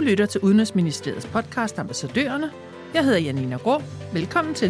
lytter til Udenrigsministeriets podcast Ambassadørerne. Jeg hedder Janina Grå. Velkommen til.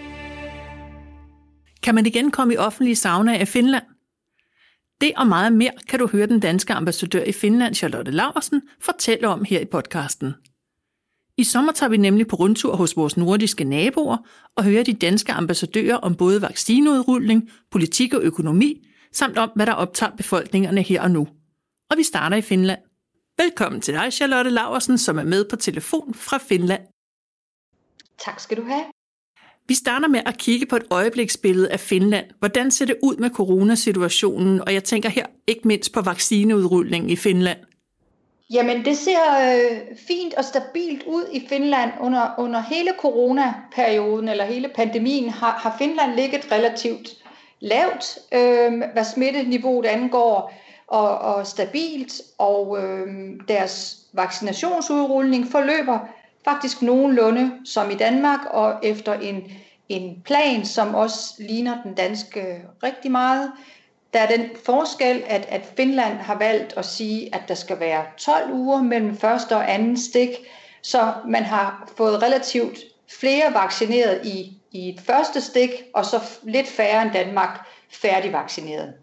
Kan man igen komme i offentlige saunaer i Finland? Det og meget mere kan du høre den danske ambassadør i Finland, Charlotte Laursen, fortælle om her i podcasten. I sommer tager vi nemlig på rundtur hos vores nordiske naboer og hører de danske ambassadører om både vaccineudrulning, politik og økonomi, samt om, hvad der optager befolkningerne her og nu. Og vi starter i Finland. Velkommen til dig, Charlotte Laursen, som er med på telefon fra Finland. Tak skal du have. Vi starter med at kigge på et øjebliksbillede af Finland. Hvordan ser det ud med coronasituationen? Og jeg tænker her ikke mindst på vaccineudrulningen i Finland. Jamen, det ser fint og stabilt ud i Finland under hele coronaperioden, eller hele pandemien, har Finland ligget relativt lavt, hvad smitteniveauet angår, og stabilt, og deres vaccinationsudrulning forløber faktisk nogenlunde som i Danmark, og efter en plan, som også ligner den danske rigtig meget. Der er den forskel, at Finland har valgt at sige, at der skal være 12 uger mellem første og anden stik, så man har fået relativt flere vaccineret i et første stik, og så lidt færre end Danmark færdigvaccineret.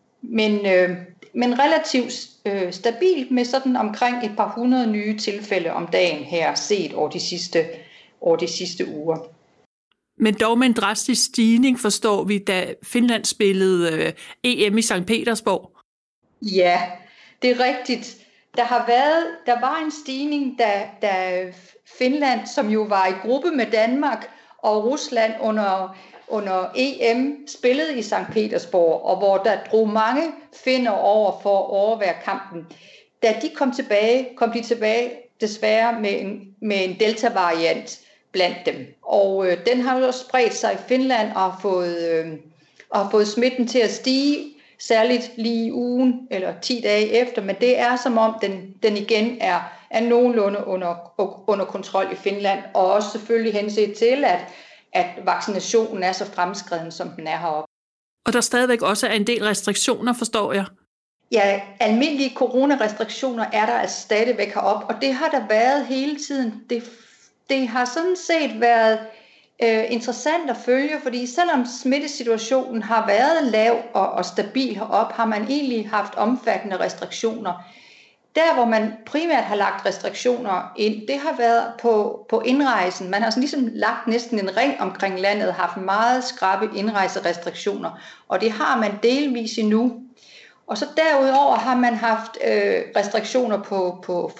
Men relativt stabilt med sådan omkring et par hundrede nye tilfælde om dagen her set over de sidste uger. Men dog med en drastisk stigning, forstår vi, da Finland spillede EM i Sankt Petersborg. Ja, det er rigtigt. Der var en stigning, da Finland, som jo var i gruppe med Danmark og Rusland under EM, spillede i Sankt Petersborg, og hvor der drog mange finner over for at overvære kampen. Da de kom de tilbage desværre med en delta-variant blandt dem. Og den har jo spredt sig i Finland og har fået smitten til at stige, særligt lige i ugen eller 10 dage efter, men det er som om den igen er nogenlunde under kontrol i Finland, og også selvfølgelig henset til, at vaccinationen er så fremskreden, som den er heroppe. Og der stadigvæk også er en del restriktioner, forstår jeg? Ja, almindelige coronarestriktioner er der altså stadigvæk heroppe, og det har der været hele tiden. Det har sådan set været interessant at følge, fordi selvom smittesituationen har været lav og stabil heroppe, har man egentlig haft omfattende restriktioner. Der, hvor man primært har lagt restriktioner ind, det har været på indrejsen. Man har sådan ligesom lagt næsten en ring omkring landet, haft meget skrappe indrejserestriktioner, og det har man delvis endnu. Og så derudover har man haft restriktioner på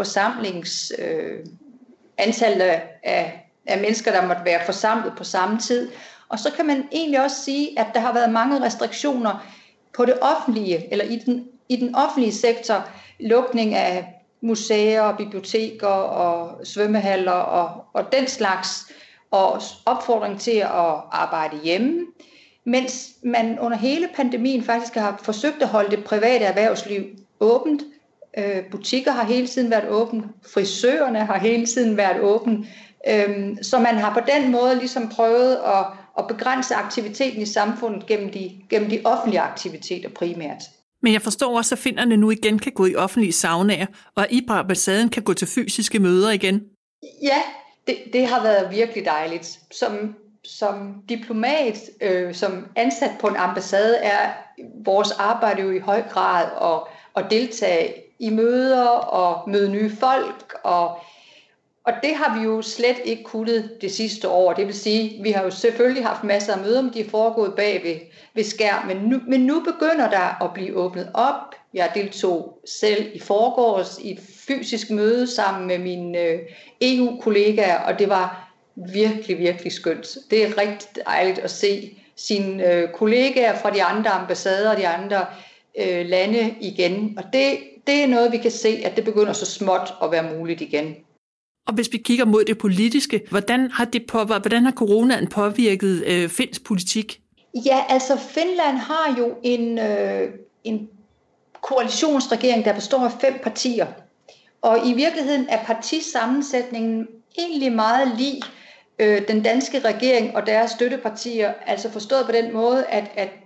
antallet af mennesker, der måtte være forsamlet på samme tid. Og så kan man egentlig også sige, at der har været mange restriktioner på det offentlige, eller i den offentlige sektor, lukning af museer, biblioteker og svømmehaller og den slags, og opfordring til at arbejde hjemme, mens man under hele pandemien faktisk har forsøgt at holde det private erhvervsliv åbent. Butikker har hele tiden været åbne, frisørerne har hele tiden været åbne, så man har på den måde ligesom prøvet at begrænse aktiviteten i samfundet gennem de offentlige aktiviteter primært. Men jeg forstår også, at finnerne nu igen kan gå i offentlige saunaer, og at I på ambassaden kan gå til fysiske møder igen. Ja, det har været virkelig dejligt. Som diplomat, som ansat på en ambassade, er vores arbejde jo i høj grad at deltage i møder og møde nye folk, og det har vi jo slet ikke kunnet det sidste år. Det vil sige, vi har jo selvfølgelig haft masser af møder, men de er foregået bag ved skærm. Men nu begynder der at blive åbnet op. Jeg deltog selv i forgårs i et fysisk møde sammen med mine EU-kollegaer, og det var virkelig, virkelig skønt. Det er rigtig dejligt at se sine kollegaer fra de andre ambassader og de andre lande igen. Og det er noget, vi kan se, at det begynder så småt at være muligt igen. Og hvis vi kigger mod det politiske, hvordan har coronaen påvirket finsk politik? Ja, altså Finland har jo en koalitionsregering, der består af 5 partier. Og i virkeligheden er partisammensætningen egentlig meget lig den danske regering og deres støttepartier, altså forstået på den måde, at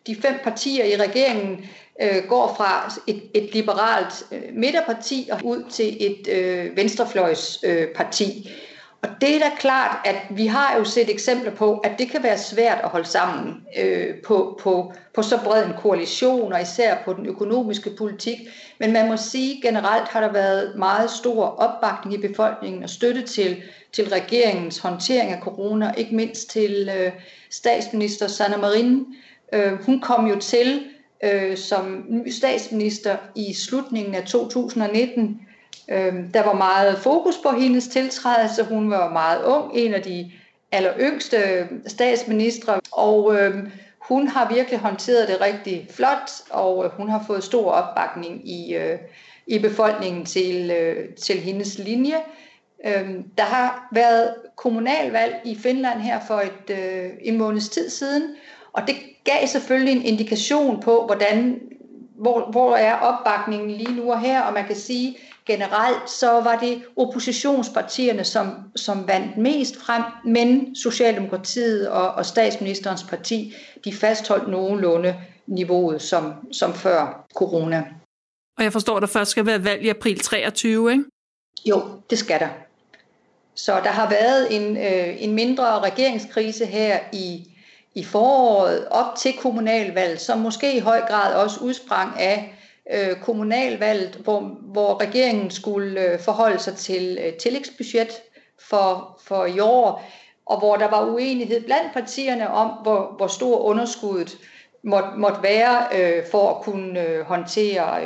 de 5 partier i regeringen går fra et liberalt midterparti og ud til et venstrefløjsparti. Og det er da klart, at vi har jo set eksempler på, at det kan være svært at holde sammen på så bred en koalition, og især på den økonomiske politik. Men man må sige, generelt har der været meget stor opbakning i befolkningen og støtte til regeringens håndtering af corona, ikke mindst til statsminister Sanna Marin. Hun kom jo til som ny statsminister i slutningen af 2019. Der var meget fokus på hendes tiltrædelse. Hun var meget ung, en af de alleryngste statsministre, og hun har virkelig håndteret det rigtig flot, og hun har fået stor opbakning i befolkningen til hendes linje. Der har været kommunalvalg i Finland her for en måneds tid siden, og det gav selvfølgelig en indikation på, hvor er opbakningen lige nu og her, og man kan sige, generelt så var det oppositionspartierne, som vandt mest frem, men Socialdemokratiet og statsministerens parti, de fastholdt nogenlunde niveauet som før corona. Og jeg forstår, at der først skal være valg i april 23, ikke? Jo, det skal der. Så der har været en mindre regeringskrise her i foråret op til kommunalvalget, som måske i høj grad også udsprang af kommunalvalget, hvor regeringen skulle forholde sig til tillægsbudget for i år, og hvor der var uenighed blandt partierne om, hvor stor underskuddet måtte være for at kunne håndtere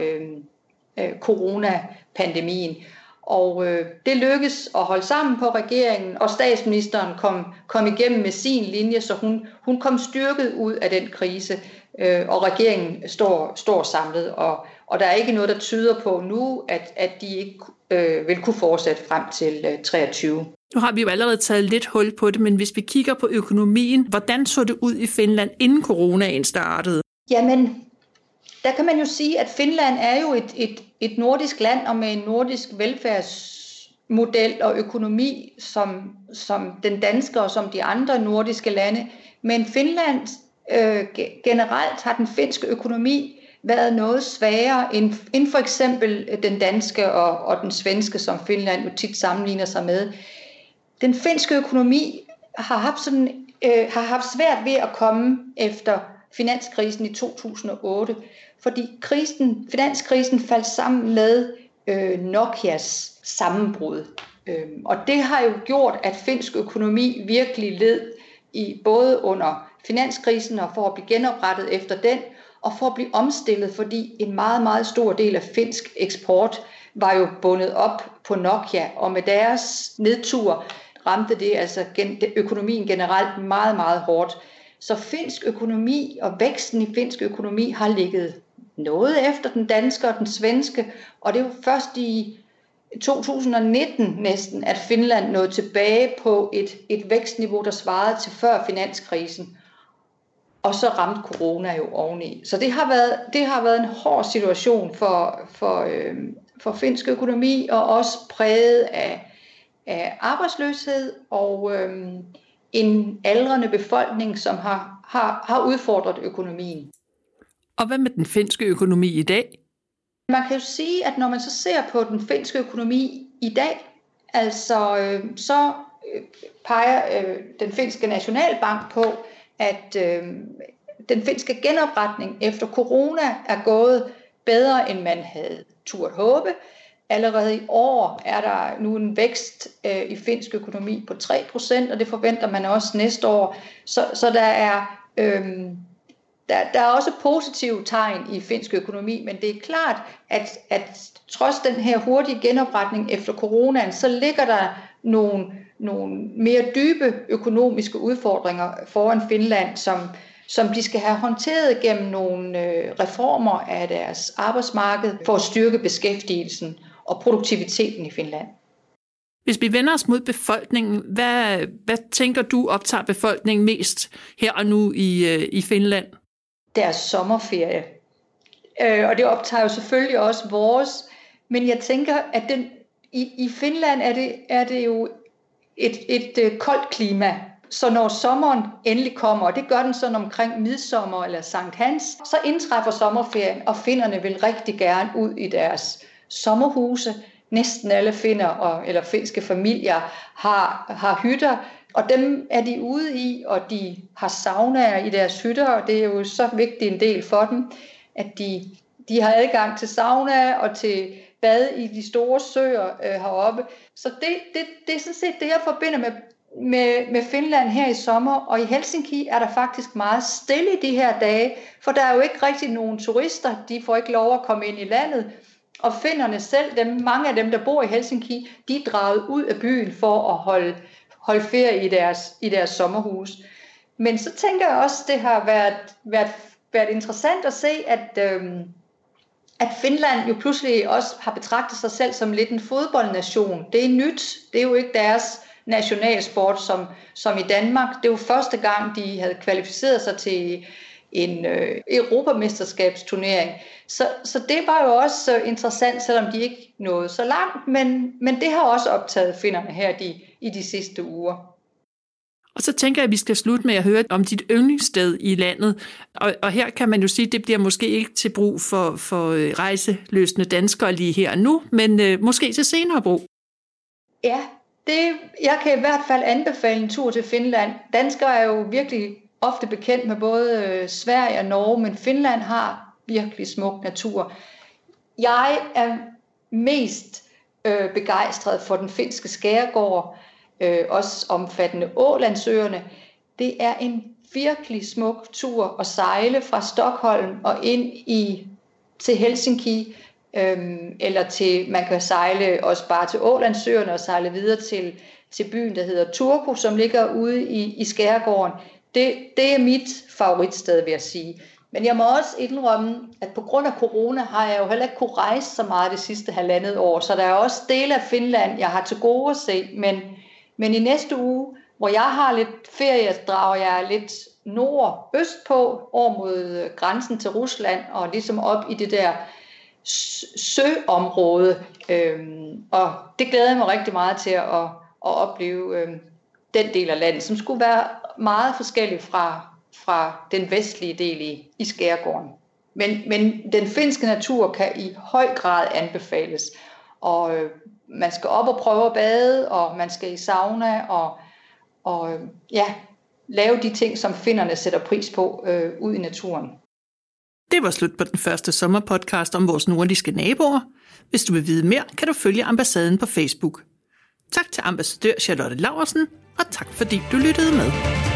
coronapandemien. Og det lykkedes at holde sammen på regeringen, og statsministeren kom igennem med sin linje, så hun kom styrket ud af den krise, og regeringen står samlet, og der er ikke noget, der tyder på nu, at de ikke vil kunne fortsætte frem til 23. Nu har vi jo allerede taget lidt hul på det, men hvis vi kigger på økonomien, hvordan så det ud i Finland, inden coronaen startede? Jamen, der kan man jo sige, at Finland er jo et nordisk land, og med en nordisk velfærdsmodel og økonomi, som den danske og som de andre nordiske lande. Men Finland generelt har den finske økonomi været noget sværere end for eksempel den danske og den svenske, som Finland jo tit sammenligner sig med. Den finske økonomi har haft svært ved at komme efter finanskrisen i 2008, fordi finanskrisen faldt sammen med Nokias sammenbrud. Og det har jo gjort, at finsk økonomi virkelig led i både under finanskrisen og for at blive genoprettet efter den, og for at blive omstillet, fordi en meget, meget stor del af finsk eksport var jo bundet op på Nokia, og med deres nedtur ramte det altså økonomien generelt meget, meget hårdt. Så finsk økonomi og væksten i finsk økonomi har ligget noget efter den danske og den svenske, og det er jo først i 2019 næsten, at Finland nåede tilbage på et vækstniveau, der svarede til før finanskrisen. Og så ramte corona jo oveni. Så det har været en hård situation for finsk økonomi, og også præget af arbejdsløshed og en aldrende befolkning, som har udfordret økonomien. Og hvad med den finske økonomi i dag? Man kan jo sige, at når man så ser på den finske økonomi i dag, altså så peger den finske nationalbank på, at den finske genopretning efter corona er gået bedre, end man havde turt håbe. Allerede i år er der nu en vækst i finsk økonomi på 3%, og det forventer man også næste år. Så der er også positive tegn i finsk økonomi, men det er klart, at trods den her hurtige genopretning efter coronaen, så ligger der nogle mere dybe økonomiske udfordringer foran Finland, som de skal have håndteret gennem nogle reformer af deres arbejdsmarked for at styrke beskæftigelsen og produktiviteten i Finland. Hvis vi vender os mod befolkningen, hvad tænker du optager befolkningen mest her og nu i Finland? Deres sommerferie. Og det optager jo selvfølgelig også vores, men jeg tænker, at i Finland er det jo et koldt klima, Så når sommeren endelig kommer, og det gør den sådan omkring midsommer eller Sankt Hans, så indtræffer sommerferien, og finnerne vil rigtig gerne ud i deres sommerhuse. Næsten alle finner eller finske familier har hytter, og dem er de ude i, og de har saunaer i deres hytter, og det er jo så vigtig en del for dem, at de har adgang til sauna og til bad i de store søer heroppe. Så det er sådan set det, jeg forbinder med Finland her i sommer, og i Helsinki er der faktisk meget stille i de her dage, for der er jo ikke rigtig nogen turister, de får ikke lov at komme ind i landet, og finnerne selv, mange af dem, der bor i Helsinki, de er draget ud af byen for at holde ferie i deres sommerhus. Men så tænker jeg også, det har været interessant at se, at Finland jo pludselig også har betragtet sig selv som lidt en fodboldnation. Det er nyt, det er jo ikke deres nationalsport som i Danmark. Det er jo første gang, de havde kvalificeret sig til en europamesterskabsturnering. Så det var jo også interessant, selvom de ikke nåede så langt, men det har også optaget finnerne her i de sidste uger. Og så tænker jeg, at vi skal slutte med at høre om dit yndlingssted i landet. Og her kan man jo sige, at det bliver måske ikke til brug for rejselystne danskere lige her og nu, men måske til senere brug. Ja, jeg kan i hvert fald anbefale en tur til Finland. Danskere er jo virkelig ofte bekendt med både Sverige og Norge, men Finland har virkelig smuk natur. Jeg er mest begejstret for den finske skærgård, også omfattende Ålandsøerne. Det er en virkelig smuk tur at sejle fra Stockholm og ind til Helsinki, eller man kan sejle også bare til Ålandsøerne og sejle videre til byen, der hedder Turku, som ligger ude i skærgården. Det er mit favoritsted, vil jeg sige. Men jeg må også indrømme, at på grund af corona har jeg jo heller ikke kunne rejse så meget det sidste 1,5 år, så der er også dele af Finland, jeg har til gode at se, men i næste uge, hvor jeg har lidt ferie, drager jeg lidt nordøst på, over mod grænsen til Rusland, og ligesom op i det der søområde. Og det glæder jeg mig rigtig meget til at opleve den del af landet, som skulle være meget forskellig fra den vestlige del i skærgården. Men den finske natur kan i høj grad anbefales. Og man skal op og prøve at bade, og man skal i sauna, og lave de ting, som finnerne sætter pris på ud i naturen. Det var slut på den første sommerpodcast om vores nordiske naboer. Hvis du vil vide mere, kan du følge ambassaden på Facebook. Tak til ambassadør Charlotte Laursen, og tak fordi du lyttede med.